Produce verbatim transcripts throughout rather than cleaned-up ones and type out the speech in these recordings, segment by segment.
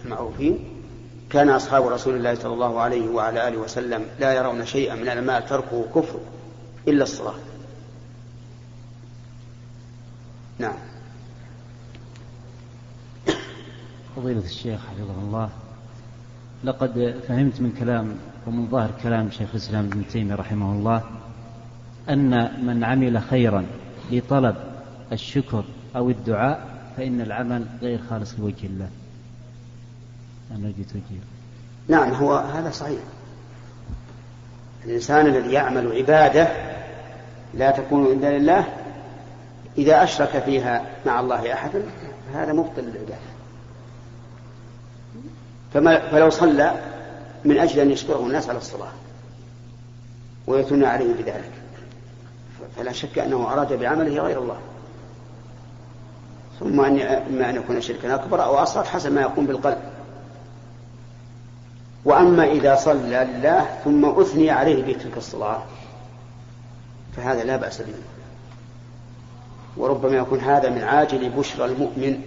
المعروفين. كان أصحاب رسول الله صلى الله عليه وعلى آله وسلم لا يرون شيئا من المال تركه كفر إلا الصلاة. نعم. فضيلة الشيخ حفظه الله، لقد فهمت من كلام ومن ظاهر كلام شيخ الإسلام ابن تيمية رحمه الله أن من عمل خيرا لطلب الشكر أو الدعاء فإن العمل غير خالص لوجه الله. أنا جيت وجيه. نعم، هو هذا صحيح. الإنسان الذي يعمل عبادة لا تكون إلا لله إذا أشرك فيها مع الله أحدا هذا مبطل للعبادة. فما فلو صلى من أجل أن يشكره الناس على الصلاة ويثنى عليه بذلك فلا شك أنه أراد بعمله غير الله، ثم أن إما أن يكون شركا أكبر أو أصغر حسب ما يقوم بالقلب. وأما إذا صلى لله ثم أثني عليه بتلك الصلاة فهذا لا بأس به، وربما يكون هذا من عاجل بشرى المؤمن.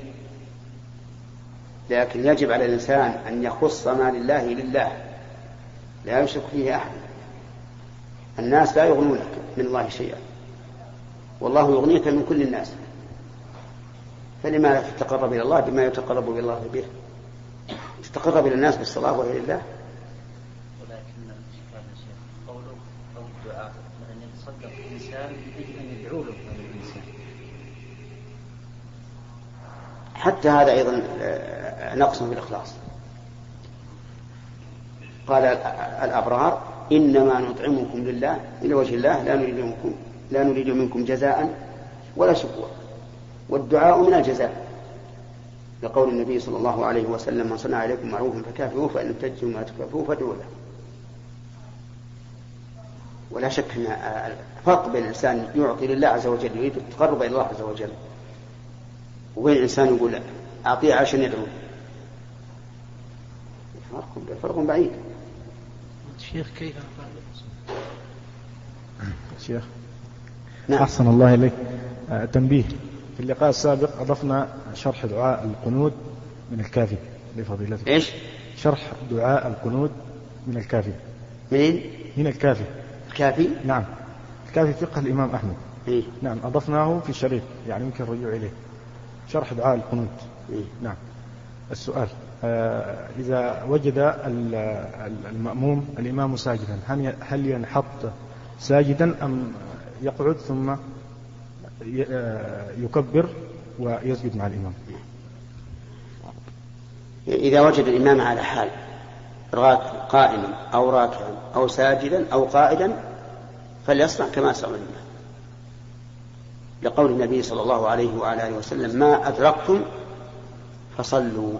لكن يجب على الإنسان أن يخص ما لله لله لا يشرك فيه أحد. الناس لا يغنونك من الله شيئا، والله يغنيك من كل الناس، فلما لا تتقرب إلى الله بما يتقرب إلى الله به؟ تتقرب إلى الناس بالصلاة وإلى الله. ولكن قوله أو الدعاء أن يتصدق الإنسان يجب أن يدعو له هذا الإنسان. حتى هذا أيضا نقص في الإخلاص. قال الأبرار إنما نطعمكم لله لوجه الله لا نريد منكم لا نريد منكم جزاء ولا شكورا، والدعاء من الجزاء، لقول النبي صلى الله عليه وسلم من صنع عليكم معروفا فكافئوه فإن لم تجدوا ما تكافئوه فادعوا له. ولا شك أن الفرق بين الإنسان يعطي لله عز وجل يريد التقرب إلى الله عز وجل، وبين الإنسان يقول أعطيه عشان يدعو، فرق بعيد. الشيخ كيف شيخ؟ نعم. أحسن الله إليك. آه تنبيه، في اللقاء السابق أضفنا شرح دعاء القنوت من الكافي لفضيلتك. إيش؟ شرح دعاء القنوت من الكافي. منين؟ من الكافي. الكافي؟ نعم، الكافي فقه الإمام أحمد. إيه؟ نعم، أضفناه في الشريط يعني يمكن الرجوع إليه. شرح دعاء القنوت. إيه؟ نعم. السؤال، آه إذا وجد المأموم الإمام ساجدا هل ينحط ساجدا أم يقعد ثم يكبر ويسجد مع الإمام؟ إذا وجد الإمام على حال قائما أو راكعا أو ساجدا أو قائدا فليصنع كما صنع الإمام، لقول النبي صلى الله عليه وعلى آله وسلم ما أدركتم فصلوا،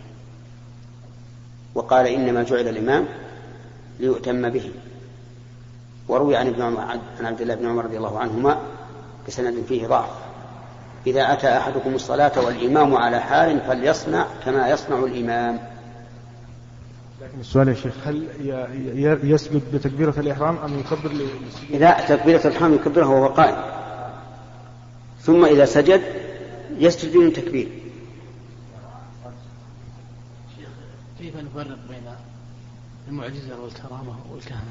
وقال إنما جعل الإمام ليؤتم به. وروي عن ابن عمر عن عبد الله بن عمر رضي الله عنهما بسند فيه ضعف إذا أتى أحدكم الصلاة والإمام على حال فليصنع كما يصنع الإمام. لكن السؤال يا شيخ، هل يسجد بتكبيرة الإحرام أم يكبر للسجود؟ إذا تكبيرة الإحرام يكبرها وهو قائم، ثم إذا سجد يسجد من تكبير. كيف نفرق بين المعجزة والكرامة والكهنة؟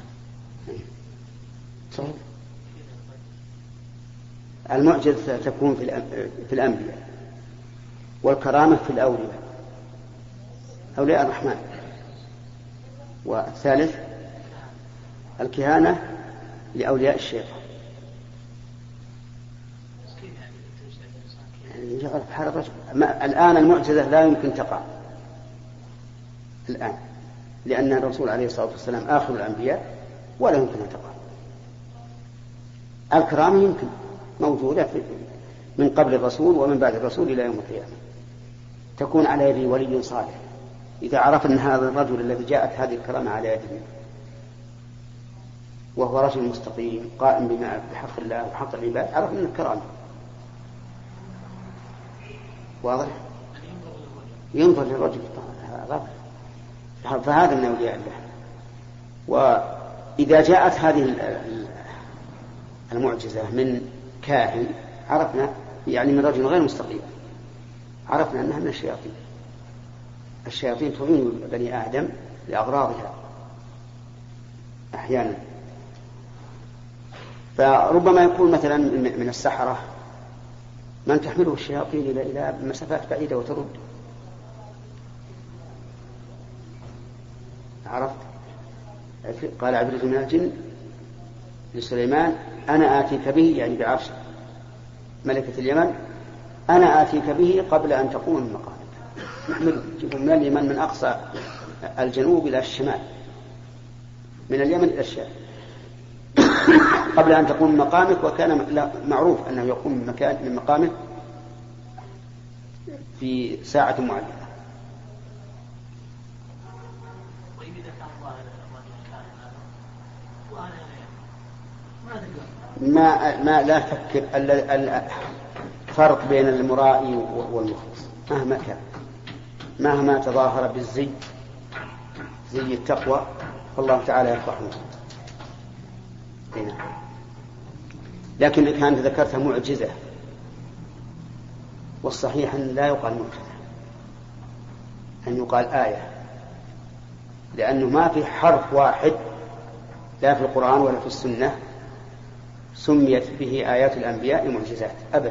المعجزة تكون في الأنبياء، والكرامة في الأولياء أولياء الرحمن. والثالث الكهانة لأولياء الشيطان. الآن المعجزة لا يمكن تقع الآن، لأن الرسول عليه الصلاة والسلام آخر الأنبياء ولا يمكن أن تقع. الكرامة يمكن موجودة من قبل الرسول ومن بعد الرسول إلى يوم القيامة، تكون على يد ولي صالح إذا عرف أن هذا الرجل الذي جاءت هذه الكرامة على يده وهو رجل مستقيم قائم بما بحق الله وحق العباد، عرف أن الكرامة واضح، ينظر للرجل فهذا من أولياء الله. وإذا جاءت هذه المعجزة من كاهن عرفنا، يعني من رجل غير مستقيم، عرفنا أنها من الشياطين. الشياطين تعين بني آدم لأغراضها أحيانا، فربما يكون مثلا من السحرة من تحمله الشياطين إلى مسافات بعيدة وترد. عرفت؟ قال عبد من الجن لسليمان أنا آتيك به، يعني بعرش ملكة اليمن، أنا آتيك به قبل أن تقوم من مقامك. نحمله من اليمن من أقصى الجنوب إلى الشمال، من اليمن إلى الشام، قبل أن تقوم من مقامك. وكان معروف أنه يقوم من, مكان من مقامه في ساعة معينة. ما ما لا تفكر الفرق بين المرائي والمخلص مهما كان، مهما تظاهر بالزي زي التقوى، فالله تعالى يرفعه. لكن كان ذكرتها معجزة، والصحيح أن لا يقال معجزة، أن يقال آية، لأنه ما في حرف واحد لا في القرآن ولا في السنة سميت به آيات الأنبياء معجزات أبدا،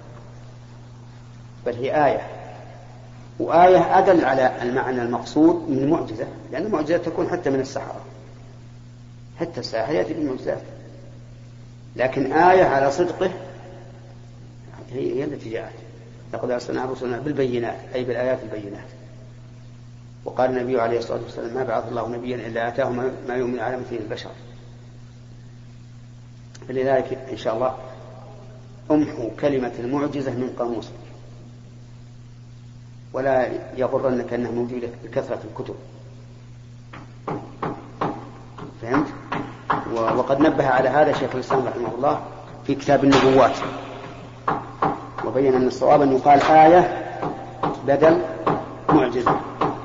بل هي آية، وآية أدل على المعنى المقصود من معجزة، لأن المعجزة تكون حتى من السحرة، حتى الساحر يأتي بالمعجزات، لكن آية على صدقه هي التي جاءت. لقد أرسلنا رسلنا بالبينات، أي بالآيات البينات. وقال النبي عليه الصلاة والسلام ما بعث الله نبيا إلا آتاه ما يؤمن على مثل البشر. فلذلك إن شاء الله أمحو كلمة المعجزة من قاموسك، ولا يغرنك أنها موجودة بكثرة الكتب. فهمت؟ وقد نبه على هذا شيخ الإسلام رحمه الله في كتاب النبوات، وبين أن الصواب أن يقال آية بدل معجزة.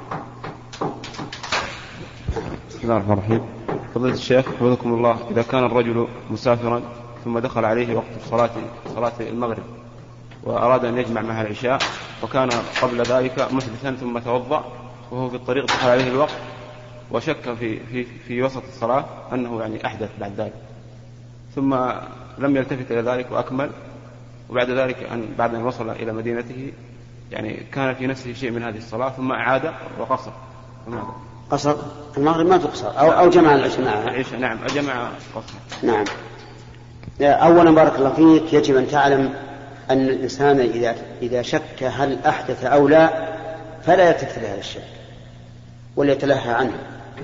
بسم الله الرحمن الرحيم. فضيلة الشيخ حفظكم الله، إذا كان الرجل مسافرا ثم دخل عليه وقت صلاة صلاة المغرب وأراد أن يجمع معها العشاء، وكان قبل ذلك محدثا ثم توضأ وهو في الطريق دخل عليه الوقت وشك في في في وسط الصلاة أنه يعني أحدث بعد ذلك، ثم لم يلتفت إلى ذلك وأكمل، وبعد ذلك أن بعد أن وصل إلى مدينته يعني كان في نفسه شيء من هذه الصلاة ثم أعاد وقصر. قصر المغرب ما تقصر أو أو جمع العشاء. نعم جمع قصر. نعم. أولا بارك الله فيك، يجب أن تعلم أن الإنسان إذا إذا شك هل أحدث أو لا فلا يلتفت لهذا الشك وليتلهى عنه،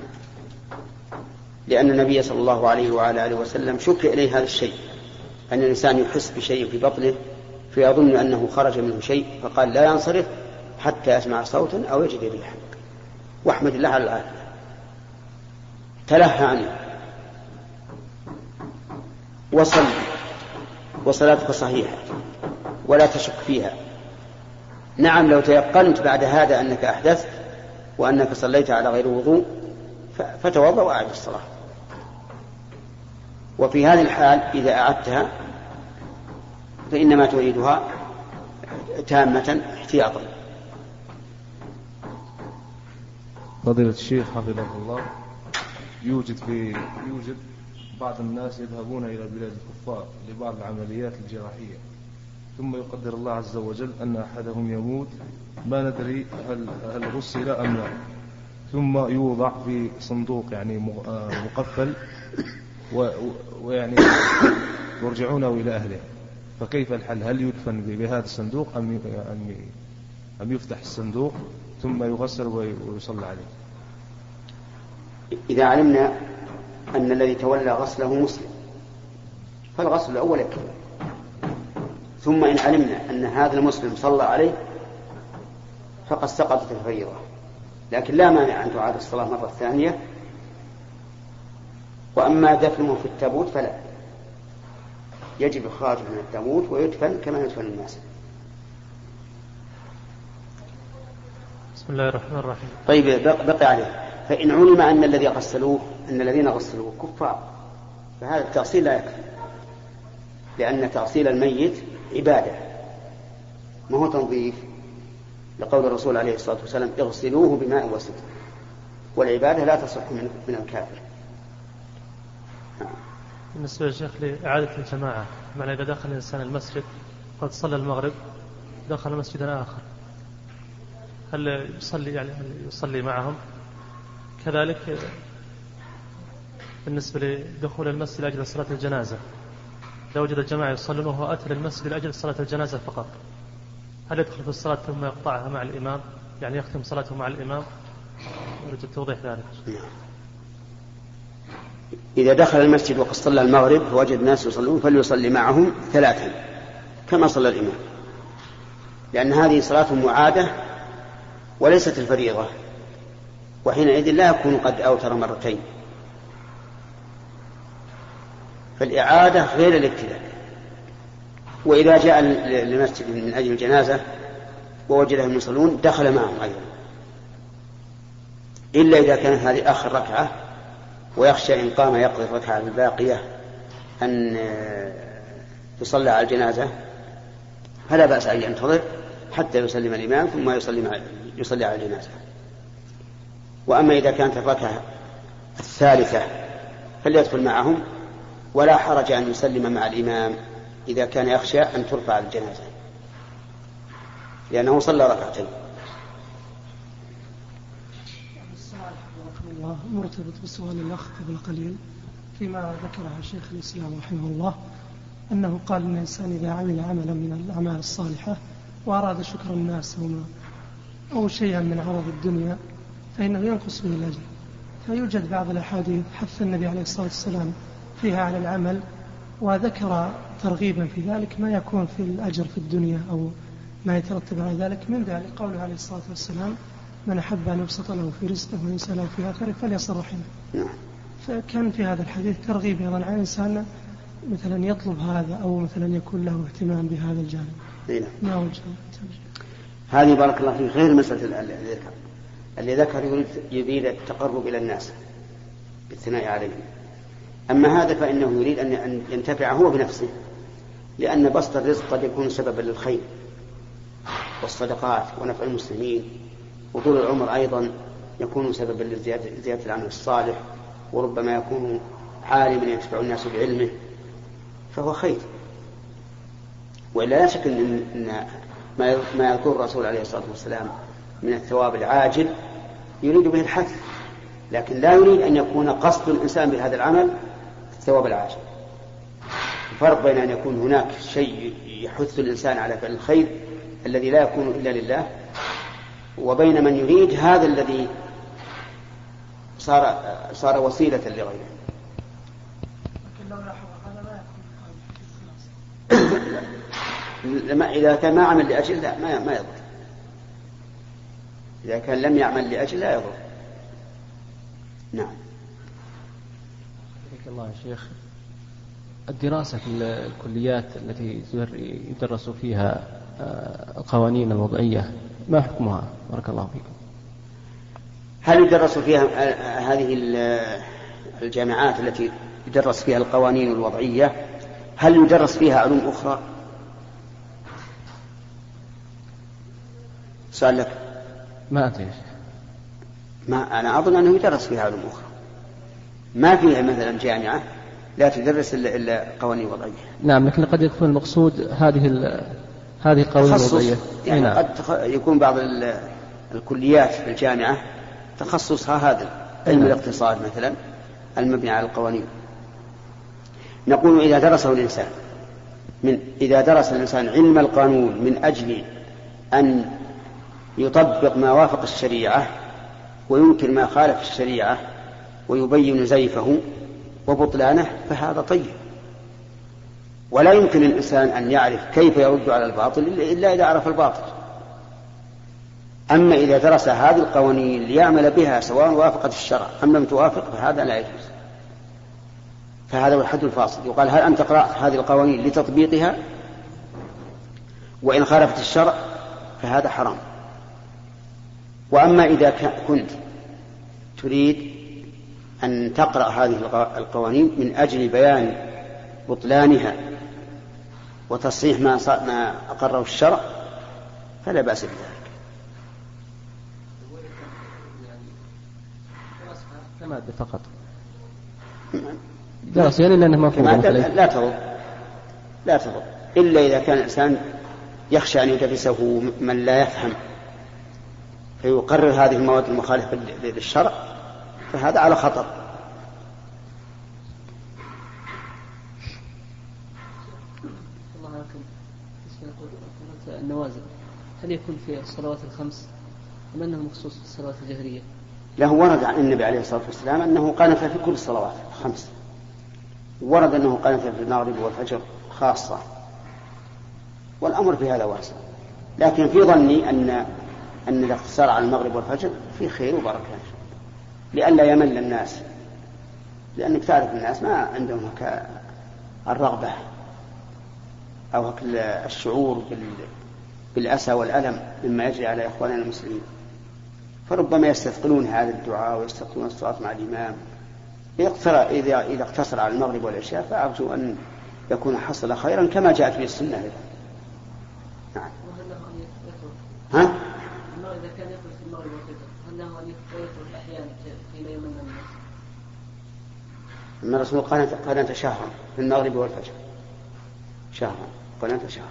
لأن النبي صلى الله عليه وعلى آله وسلم شك إليه هذا الشيء، أن الإنسان يحس بشيء في بطنه فيظن أنه خرج منه شيء، فقال لا ينصرف حتى يسمع صوتا أو يجد ريحا، واحمد الله على العافية. تلهى عنه وصل وصلاتك صحيحة ولا تشك فيها. نعم لو تيقنت بعد هذا أنك أحدثت وأنك صليت على غير وضوء فتوضأ وأعد الصلاة. وفي هذه الحال إذا أعدتها فإنما تريدها تامة احتياطا. فضيلة الشيخ حفظه الله، يوجد في يوجد بعض الناس يذهبون إلى بلاد الكفار لبعض العمليات الجراحية، ثم يقدر الله عز وجل أن أحدهم يموت، ما ندري هل هل غسل أم لا، ثم يوضع في صندوق يعني مقفل ويعني يرجعونه إلى أهله، فكيف الحل؟ هل يدفن بهذا الصندوق أم أم يفتح الصندوق ثم يغسل ويصلى عليه؟ إذا علمنا أن الذي تولى غسله مسلم فالغسل الأول يكفي، ثم إن علمنا أن هذا المسلم صلى عليه فقد سقطت الفريضة، لكن لا مانع أن تعاد الصلاة مرة ثانية. وأما دفنه في التابوت فلا، يجب إخراجه من التابوت ويدفن كما يدفن الناس. بسم الله الرحمن الرحيم. طيب بقي عليه، فإن علم أن الذي غسلوه أن الذين غسلوه كفار فهذا التأصيل لا يكفي، لأن تأصيل الميت عبادة ما هو تنظيف، لقول الرسول عليه الصلاة والسلام اغسلوه بماء وسدر، والعبادة لا تصح من, من الكافر. بالنسبة للشيخ لإعادة الجماعة، معنى إذا دخل الإنسان المسجد قد صلى المغرب دخل مسجدا آخر، هل يصلي يعني هل يصلي معهم؟ كذلك بالنسبة لدخول المسجد لأجل صلاة الجنازة، لو وجد الجماعة يصلون وهو أتى للمسجد لأجل صلاة الجنازة فقط، هل يدخل في الصلاة ثم يقطعها مع الإمام، يعني يختم صلاته مع الإمام؟ أريد التوضيح ذلك. إذا دخل المسجد وقد صلى المغرب فوجد ناس يصلون فليصلي معهم ثلاثا كما صلى الإمام، لأن هذه صلاة معادة وليست الفريضة، وحينئذ لا يكون قد أوتر مرتين، فالإعادة غير الابتداء. وإذا جاء للمسجد من أجل الجنازة ووجدهم يصلون دخل معهم أيضا، إلا إذا كانت هذه آخر ركعة ويخشى إن قام يقضي الركعة الباقية أن يصلى على الجنازة فلا بأس أن ينتظر حتى يسلم الإمام ثم يصلي, مع يصلي على الجنازة. وأما إذا كانت الركعة الثالثة فليدخل معهم، ولا حرج أن يسلم مع الإمام إذا كان يخشى أن ترفع الجنازة لأنه صلى ركعتين. الله مرتبط بسؤال الأخ قبل قليل فيما ذكره شيخ الإسلام رحمه الله، أنه قال أن الإنسان إذا عمل عملا من الأعمال الصالحة وأراد شكر الناس أو شيئا من عرض الدنيا فإنه ينقص به الأجر. فيوجد بعض الأحاديث حث النبي عليه الصلاة والسلام فيها على العمل، وذكر ترغيبا في ذلك ما يكون في الأجر في الدنيا أو ما يترتب على ذلك، من ذلك قوله عليه الصلاة والسلام من أحب أن يبسط له في رزقه وينسى له في آخره فليصل رحمه. فكان في هذا الحديث ترغيب أيضا على الإنسان مثلا يطلب هذا أو مثلا يكون له اهتمام بهذا الجانب. ما وجه هذه بارك الله فيه غير مسألة الذكر اللي ذكر يريد, يريد التقرب إلى الناس بالثناء عليهم. أما هذا فإنه يريد أن ينتفع هو بنفسه، لأن بسط الرزق قد يكون سببا للخير والصدقات ونفع المسلمين، وطول العمر أيضا يكون سببا لزيادة العمل الصالح، وربما يكون عالما ينتفع الناس بعلمه فهو خير. وإلا لا شك أن ما يذكر الرسول عليه الصلاة والسلام من الثواب العاجل يريد به الحث، لكن لا يريد أن يكون قصد الإنسان بهذا العمل الثواب العاجل. الفرق بين أن يكون هناك شيء يحث الإنسان على فعل الخير الذي لا يكون إلا لله، وبين من يريد هذا الذي صار صار وسيلة لغيره. لكن لو لاحظ هذا لا يكون لما إذا كان ما عمل لأجل لا ما ما يضر. إذا كان لم يعمل لأجل لا يضر. نعم. بارك الله يا شيخ. الدراسة في الكليات التي يدرس فيها القوانين الوضعية ما حكمها؟ بارك الله فيكم. هل يدرس فيها هذه الجامعات التي يدرس فيها القوانين الوضعية هل يدرس فيها علوم أخرى؟ سؤال لك. ما أدري. ما أنا أظن أنه يدرس فيها علوم أخرى. ما فيها مثلا جامعة لا تدرس إلا قوانين وضعية. نعم، لكن قد يكون المقصود هذه هذه القوانين الوضعية. يعني نعم. قد يكون بعض الكليات في الجامعة تخصصها هذا علم نعم. الاقتصاد مثلا المبني على القوانين. نقول إذا درسه الإنسان من إذا درس الإنسان علم القانون من أجل أن يطبق ما وافق الشريعة وينكر ما خالف الشريعة ويبين زيفه وبطلانه فهذا طيب، ولا يمكن الإنسان أن يعرف كيف يرد على الباطل إلا إذا عرف الباطل. أما إذا درس هذه القوانين ليعمل بها سواء وافقت الشرع أم لم توافق فهذا لا يجوز. فهذا هو الحد الفاصل. يقال هل أنت تقرأ هذه القوانين لتطبيقها وإن خالفت الشرع فهذا حرام. وأما إذا كنت تريد أن تقرأ هذه القوانين من أجل بيان بطلانها وتصحيح ما أقره الشرع فلا بأس بذلك. مادة فقط درس يعني لأنه مفروض لا تضر لا تضر إلا إذا كان الإنسان يخشى أن يدرسه من لا يفهم فيقرر هذه المواد المخالفة للشرع فهذا على خطر. الله يكرمك النوازل هل يكون في الصلوات الخمس أم أنه مخصوص في الصلوات الجهرية؟ له ورد عن النبي عليه الصلاة والسلام أنه قانت في كل الصلوات الخمس، ورد أنه قانت في المغرب والفجر خاصة، والأمر في هذا واسع، لكن في ظني أن أن الاقتصار على المغرب والفجر في خير وبركة لئلا يمل الناس، لأنك تعرف الناس ما عندهم هكا الرغبة أو هكا الشعور بالأسى والألم مما يجري على إخواننا المسلمين، فربما يستثقلون هذا الدعاء ويستثقلون الصلاة مع الإمام. إذا إذا اقتصر على المغرب والعشاء فأرجو أن يكون حصل خيرا كما جاءت به السنة أيضا. نعم. ها؟ إذا كان يقرأ في المغرب والفجر هل له أن يقرأ أحيانا حين يمن الناس؟ أن الرسول قناة شهرا في المغرب والفجر شهرا قناة شهرا.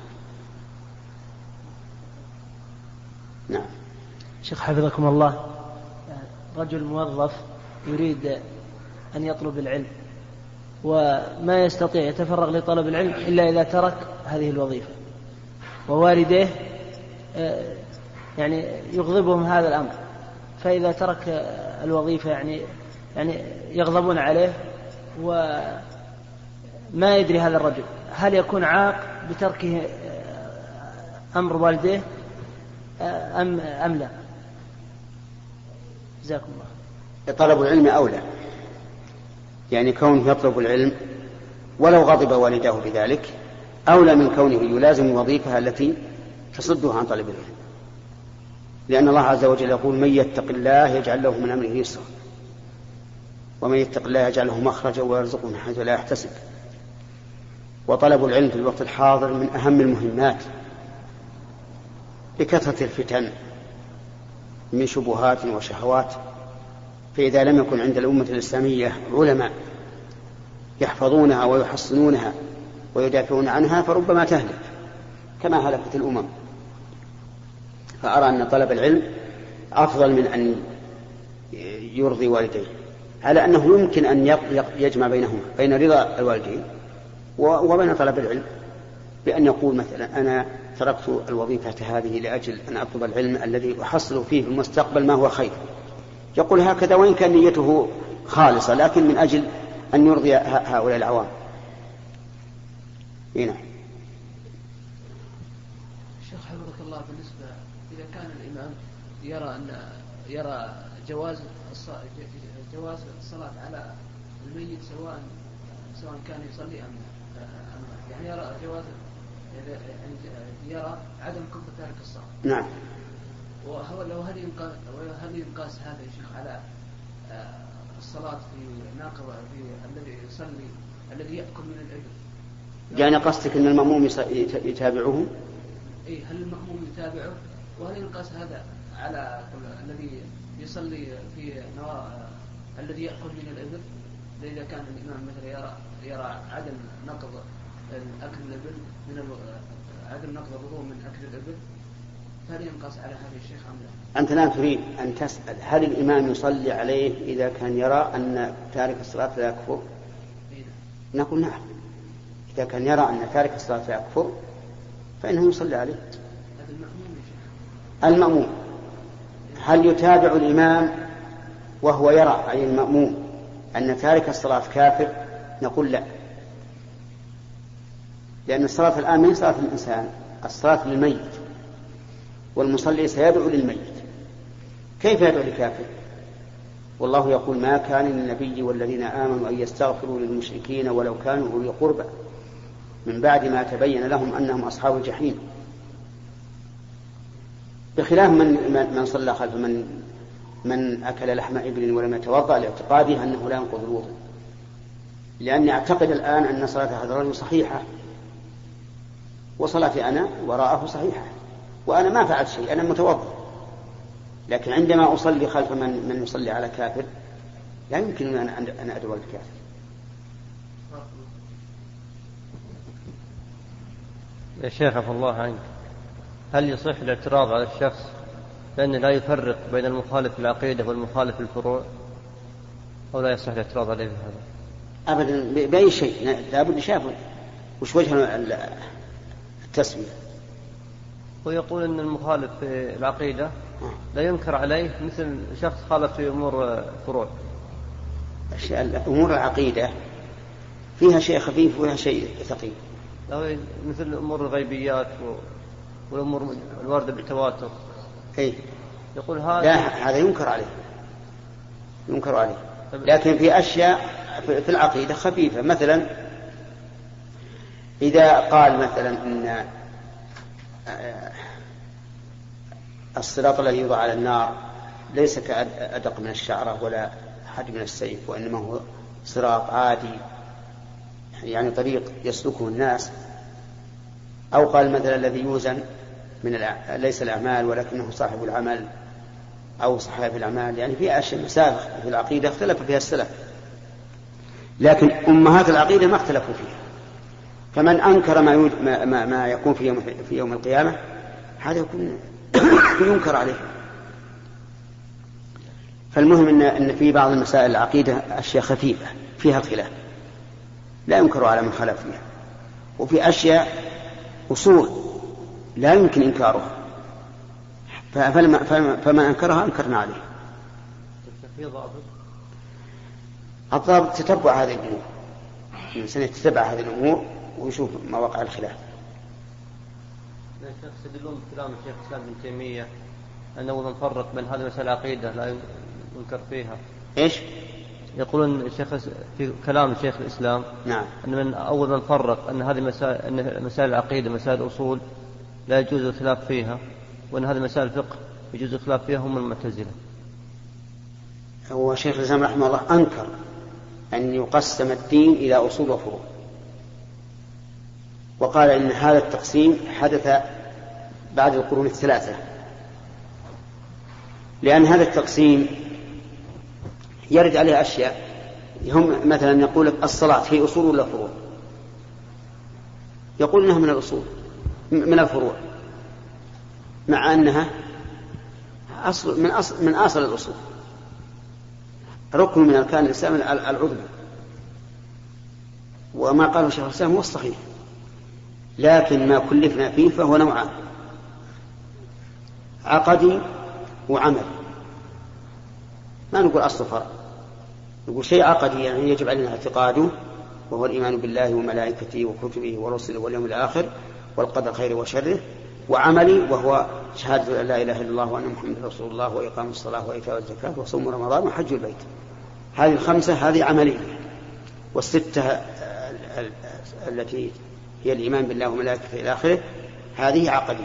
نعم. شيخ حفظكم الله، رجل موظف يريد أن يطلب العلم وما يستطيع يتفرغ لطلب العلم إلا إذا ترك هذه الوظيفة، ووالديه يعني يغضبهم هذا الأمر، فإذا ترك الوظيفة يعني يعني يغضبون عليه وما يدري هذا الرجل هل يكون عاق بتركه أمر والديه أم أم لا؟ جزاكم الله. طلب العلم أولى، يعني كونه يطلب العلم ولو غضب والداه بذلك أولى من كونه يلازم الوظيفة التي تصده عن طلب العلم، لأن الله عز وجل يقول من يتق الله يجعل له من أمره يسرا ومن يتق الله يجعل له مخرجا ويرزقه من حيث لا يحتسب. وطلب العلم في الوقت الحاضر من أهم المهمات لكثرة الفتن من شبهات وشهوات، فإذا لم يكن عند الأمة الإسلامية علماء يحفظونها ويحصنونها ويدافعون عنها فربما تهلك كما هلكت الأمم. فأرى أن طلب العلم أفضل من أن يرضي والديه، على أنه يمكن أن يجمع بينهما بين رضا الوالدين وبين طلب العلم، بأن يقول مثلا أنا تركت الوظيفة هذه لأجل أن أطلب العلم الذي أحصل فيه في المستقبل ما هو خير، يقول هكذا وإن كان نيته خالصة، لكن من أجل أن يرضي هؤلاء العوام. هنا شيخ حفظك الله، بالنسبة إذا كان الإمام يرى أن يرى جواز جواز الصلاة على الميت سواء سواء كان يصلي أم يعني يرى جواز يعني يرى عدم كفر تارك الصلاة. نعم. وهو لو هل ينقاس هل ينقاس هذا يا شيخ على الصلاة في ناقض في الذي يصلي الذي يأكل من الإبل؟ يعني قصدك أن المأموم يتابعه؟ إيه، هل المأموم يتابعه؟ وهل ينقاس هذا على الذي يصلي في نوى الذي يأكل من الإبل؟ إذا كان الإمام مثلا يرى يرى عدم نقض أكل الإبل من عدم نقض الوضوء من أكل الإبل، فهل ينقص على هذا الشيخ أم لا؟ أنت الآن تريد أن تسأل هل الإمام يصلي عليه إذا كان يرى أن تارك الصلاة لا يكفر؟ نقول نعم، إذا كان يرى أن تارك الصلاة لا يكفر فإنه يصلي عليه. هذا المأموم يا شيخ. المأموم هل يتابع الإمام وهو يرى أي المأموم أن تارك الصلاة كافر؟ نقول لا، لأن الصلاة الآن من صلاة الإنسان، الصلاة للميت، والمصلي سيدعو للميت، كيف يدعو لكافر؟ والله يقول ما كان للنبي والذين آمنوا أن يستغفروا للمشركين ولو كانوا أولي قربى من بعد ما تبين لهم أنهم أصحاب الجحيم، بخلاف من من صلى خلف من من أكل لحم إبل ولم يتوضأ لاعتقاده أنه لا ينقض الوضوء، لأني أعتقد الآن أن صلاة هذا الرجل صحيحة وصلاتي أنا وراءه صحيحة، وأنا ما فعلت شيء، أنا متوضأ، لكن عندما أصلي خلف من, من يصلي على كافر لا يمكن أن أدعو الكافر. يا شيخ عفى الله عنك، هل يصح الاعتراض على الشخص لأنه لا يفرق بين المخالف في العقيدة والمخالف في الفروع، أو لا يصح الاعتراض عليه بهذا؟ أبدا بأي شيء، لابد شافه وش وجه التسمية. ويقول أن المخالف في العقيدة لا ينكر عليه مثل شخص خالف في أمور فروع. أمور العقيدة فيها شيء خفيف وفيها شيء ثقيل، مثل أمور الغيبيات والأمور الواردة بالتواتر. أي يقول هذا لا، هذا ينكر عليه ينكر عليه لكن في أشياء في العقيدة خفيفة، مثلا إذا قال مثلا إن الصراط الذي يوضع على النار ليس كأدق من الشعرة ولا حد من السيف، وإنما هو صراط عادي يعني طريق يسلكه الناس، أو قال مثلا الذي يوزن من الع... ليس الأعمال ولكنه صاحب العمل أو صحائف الأعمال، يعني في أشياء مسائل في العقيدة اختلف فيها السلف، لكن أمهات العقيدة ما اختلفوا فيها. فمن أنكر ما, يوجد ما, ما, ما يكون في يوم, في يوم القيامة هذا يكون ينكر عليه. فالمهم إن, إن في بعض المسائل العقيدة أشياء خفيفة فيها خلاف لا ينكر على من خالف فيها، وفي أشياء أصول لا يمكن إنكارها، فمن أنكرها أنكرنا عليه. الضابط تتبع هذه الأمور، الإنسان يتتبع هذه الأمور ويشوف مواقع الخلاف. يستدلون بكلام الشيخ الإسلام ابن تيمية أنه من فرق بين هذه المسائل العقيدة لا ينكر فيها. إيش؟ يقولون الشيخ في كلام الشيخ الإسلام نعم أن من أول من فرق أن هذه مسائل أن مسائل العقيدة مسائل أصول لا يجوز الخلاف فيها، وأن هذه مسائل الفقه يجوز الخلاف فيها هم المعتزلة. هو شيخ الإسلام رحمه الله أنكر أن يقسم الدين إلى أصول وفروع، وقال إن هذا التقسيم حدث بعد القرون الثلاثة، لأن هذا التقسيم يرد عليه أشياء. هم مثلا يقول لك الصلاة هي أصول ولا فروع؟ يقول إنها من الأصول من الفروع، مع أنها أصل من أصل من أصل الأصول، ركن من أركان الإسلام العظمى. وما قاله شيخ الإسلام هو الصحيح، لكن ما كلفنا فيه فهو نوعان: عقدي وعمل. ما نقول أصل فرع، نقول شيء عقدي يعني يجب علينا اعتقاده، وهو الإيمان بالله وملائكته وكتبه ورسله واليوم الآخر والقدر خيره وشره. وعملي وهو شهادة لا إله إلا الله وأن محمد رسول الله وإقام الصلاة وإيتاء الزكاة وصوم رمضان وحج البيت. هذه الخمسة هذه عملية، والستة التي هي الإيمان بالله وملائكته إلى آخره هذه عقدية.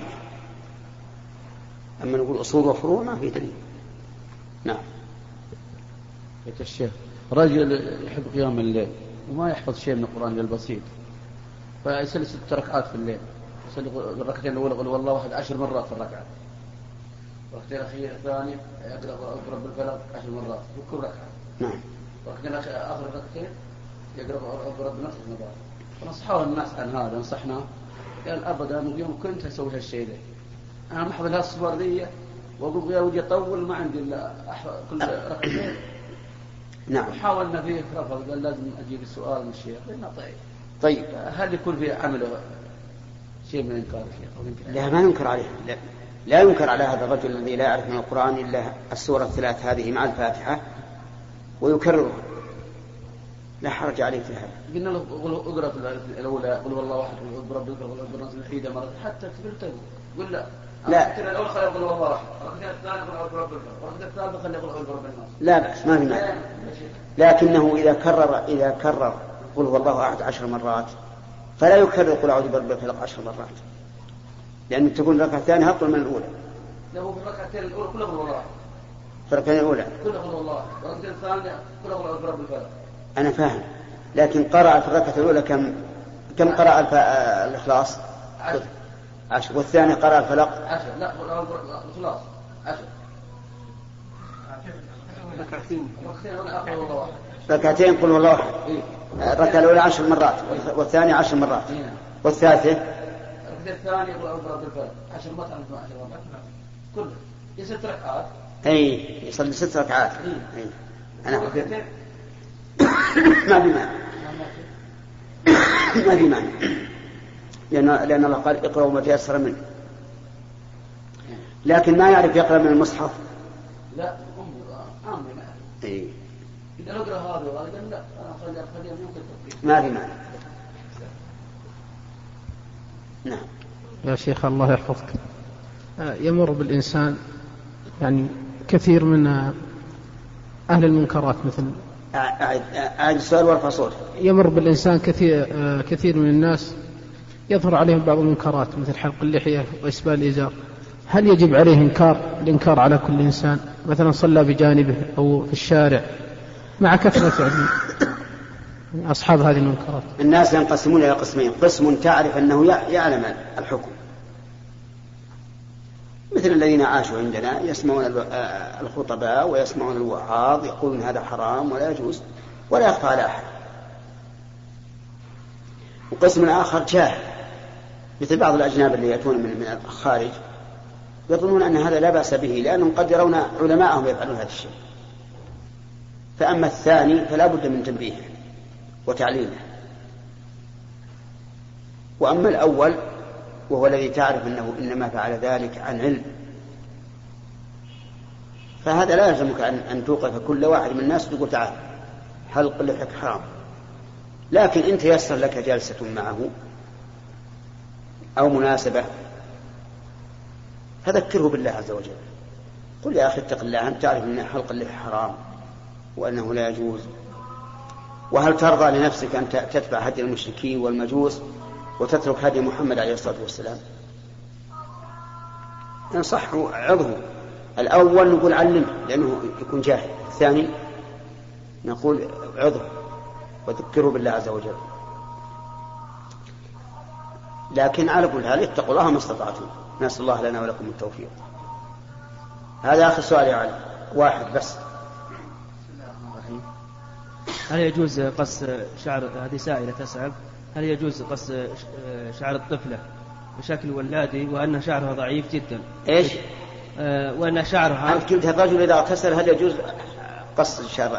أما نقول أصول وفروع ما في دليل. نعم. يا الشيخ، رجل يحب قيام الليل وما يحفظ شيء من القرآن إلا البسيط، فيصلي ست ركعات في الليل، يصلي الركعتين الأولى قل والله واحد عشر مرات في الركعة، الركعتين الأخيرة الثانية يقرأ رب الفلق عشر مرات في كل ركعة. نعم. الركعتين آخر الركعتين يقرأ رب النفس مرات. فنصحوا الناس عن هذا، نصحنا قال أبدا اليوم كنت أسوي هالشيء ده، أنا محفظ هالصور ذي وأقول يا ودي أطول ما عندي إلا كل ركعتين. نعم. وحاولنا فيه رفض، قال لازم أجيب السؤال من الشيخ. قلنا طيب طيب هل يكون في عمله شيء من إنكار الشيخ؟ لا، ما ينكر عليه. لا. لا ينكر على هذا الرجل الذي لا يعرف من القرآن إلا السورة الثلاث هذه مع الفاتحة ويكررها، لا حرج عليه في هذا. قلنا له اقرأ في الأولى قل والله واحد قل رب الفلق قل الناس الوحيدة مرة حتى كبرته. قل لا لا الأول خلي يقول والله واحد، الركعة الثانية قل رب الفلق، الركعة الثالثة خلي يقول رب الناس. لا بأس، ما في مانع، لكنه إذا كرر إذا كرر قل هو الله أحد عشر مرات فلا يكرر قل أعوذ برب الفلق عشر مرات، لأن تكون الركعة الثانية أطول من الأولى. له في الركعتين الأولى كلها قل والله، في الركعتين الأولى كلها قل والله، والركعة الثانية كلها قل أعوذ برب الفلق. أنا فاهم، لكن قرأ في الركعة الأولى كم كم قرأ الإخلاص؟ عشر. عشر. والثانية قرأ الفلق عشر. لا الإخلاص عشر. ركعتين قل والله واحد. الركعة الأولى عشر مرات والثانية عشر مرات والثالثة الركعة الثانية أضرب بالفعل عشر مرات عشر مرات كله ست ركعات. أي يصلي ست ركعات. أي أنا ما في معنى ما في معنى لأن لأن الله قال اقرأوا ما تيسر منه، لكن ما يعرف يقرأ من المصحف. لا أمر ما أي إذا نقرأ هذا وهذا لا أنا خلي خلي يمكن ما في معنى. نعم يا شيخ الله يحفظك، يمر بالإنسان يعني كثير من أهل المنكرات مثل أعد السؤال وارفع صوته. يمر بالإنسان كثير كثير من الناس يظهر عليهم بعض المنكرات مثل حلق اللحية وإسبال الإزار، هل يجب عليه إنكار الإنكار على كل إنسان مثلا صلى بجانبه أو في الشارع مع كثرة يعني أصحاب هذه المنكرات؟ الناس ينقسمون إلى قسمين، قسم تعرف أنه يعلم الحكم مثل الذين عاشوا عندنا يسمعون الخطباء ويسمعون الوعاظ يقولون هذا حرام ولا يجوز ولا يخفى على أحد. وقسم آخر جاهل مثل بعض الأجناب اللي يأتون من الخارج يظنون أن هذا لا بأس به لأنهم قد يرون علماءهم يفعلون هذا الشيء. فأما الثاني فلا بد من تنبيهه وتعليمه. وأما الأول وهو الذي تعرف أنه إنما فعل ذلك عن علم فهذا لا يلزمك أن توقف كل واحد من الناس تقول تعال حلق اللحية حرام، لكن إن تيسر لك جلسة معه أو مناسبة فذكره بالله عز وجل، قل يا أخي اتق الله، أنت تعرف أن حلق اللحية حرام وأنه لا يجوز، وهل ترضى لنفسك أن تتبع هدي المشركين والمجوس وتترك هدي محمد عليه الصلاة والسلام؟ ينصح عظه. الأول نقول علمه لأنه يكون جاهل، الثاني نقول عظه وذكره بالله عز وجل. لكن على كل حال اتقوا الله ما استطعتم، نسأل الله لنا ولكم التوفيق. هذا آخر سؤال يا علي، واحد بس. هل يجوز قص شعر، هذه سائلة تسأل، هل يجوز قص شعر الطفلة بشكل ولادي وأن شعرها ضعيف جدا؟ إيش؟ آه وأن شعرها أنت قلت الرجل إذا اغتسل هل يجوز قص الشعر؟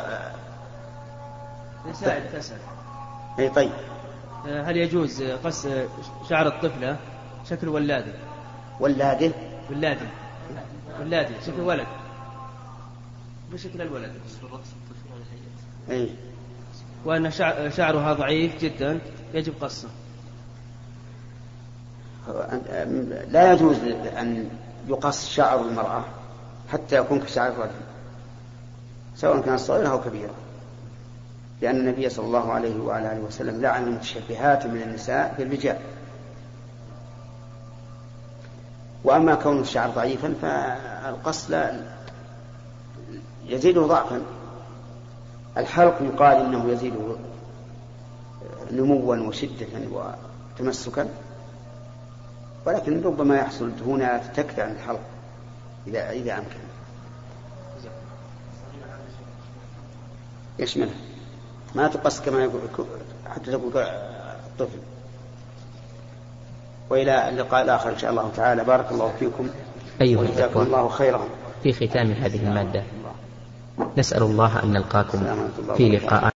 سائلة تسأل. أي طيب. آه هل يجوز قص شعر الطفلة شكل ولادي؟ ولادي؟ ولادي ولادي شكل ولد بشكل الولد. أي. وأن شعرها ضعيف جدا يجب قصه. لا يجوز أن يقص شعر المرأة حتى يكون كشعر الرجل سواء كان صغيرا أو كبيرا، لأن النبي صلى الله عليه وعلى آله وسلم لعن المتشبهات من النساء بالرجال. وأما كون الشعر ضعيفا فالقص لا يزيده ضعفا. الحلق يقال إنه يزيد نموا وشدة وتمسكا، ولكن ربما يحصل دهونات تكفي عن الحلق إذا إذا أمكن. يشملها ما تقص كما يقول حتى تقول الطفل. وإلى اللقاء الآخر إن شاء الله تعالى. بارك الله فيكم أيها وجزاكم الله خيرا. في ختام هذه المادة نسأل الله أن نلقاكم في لقاء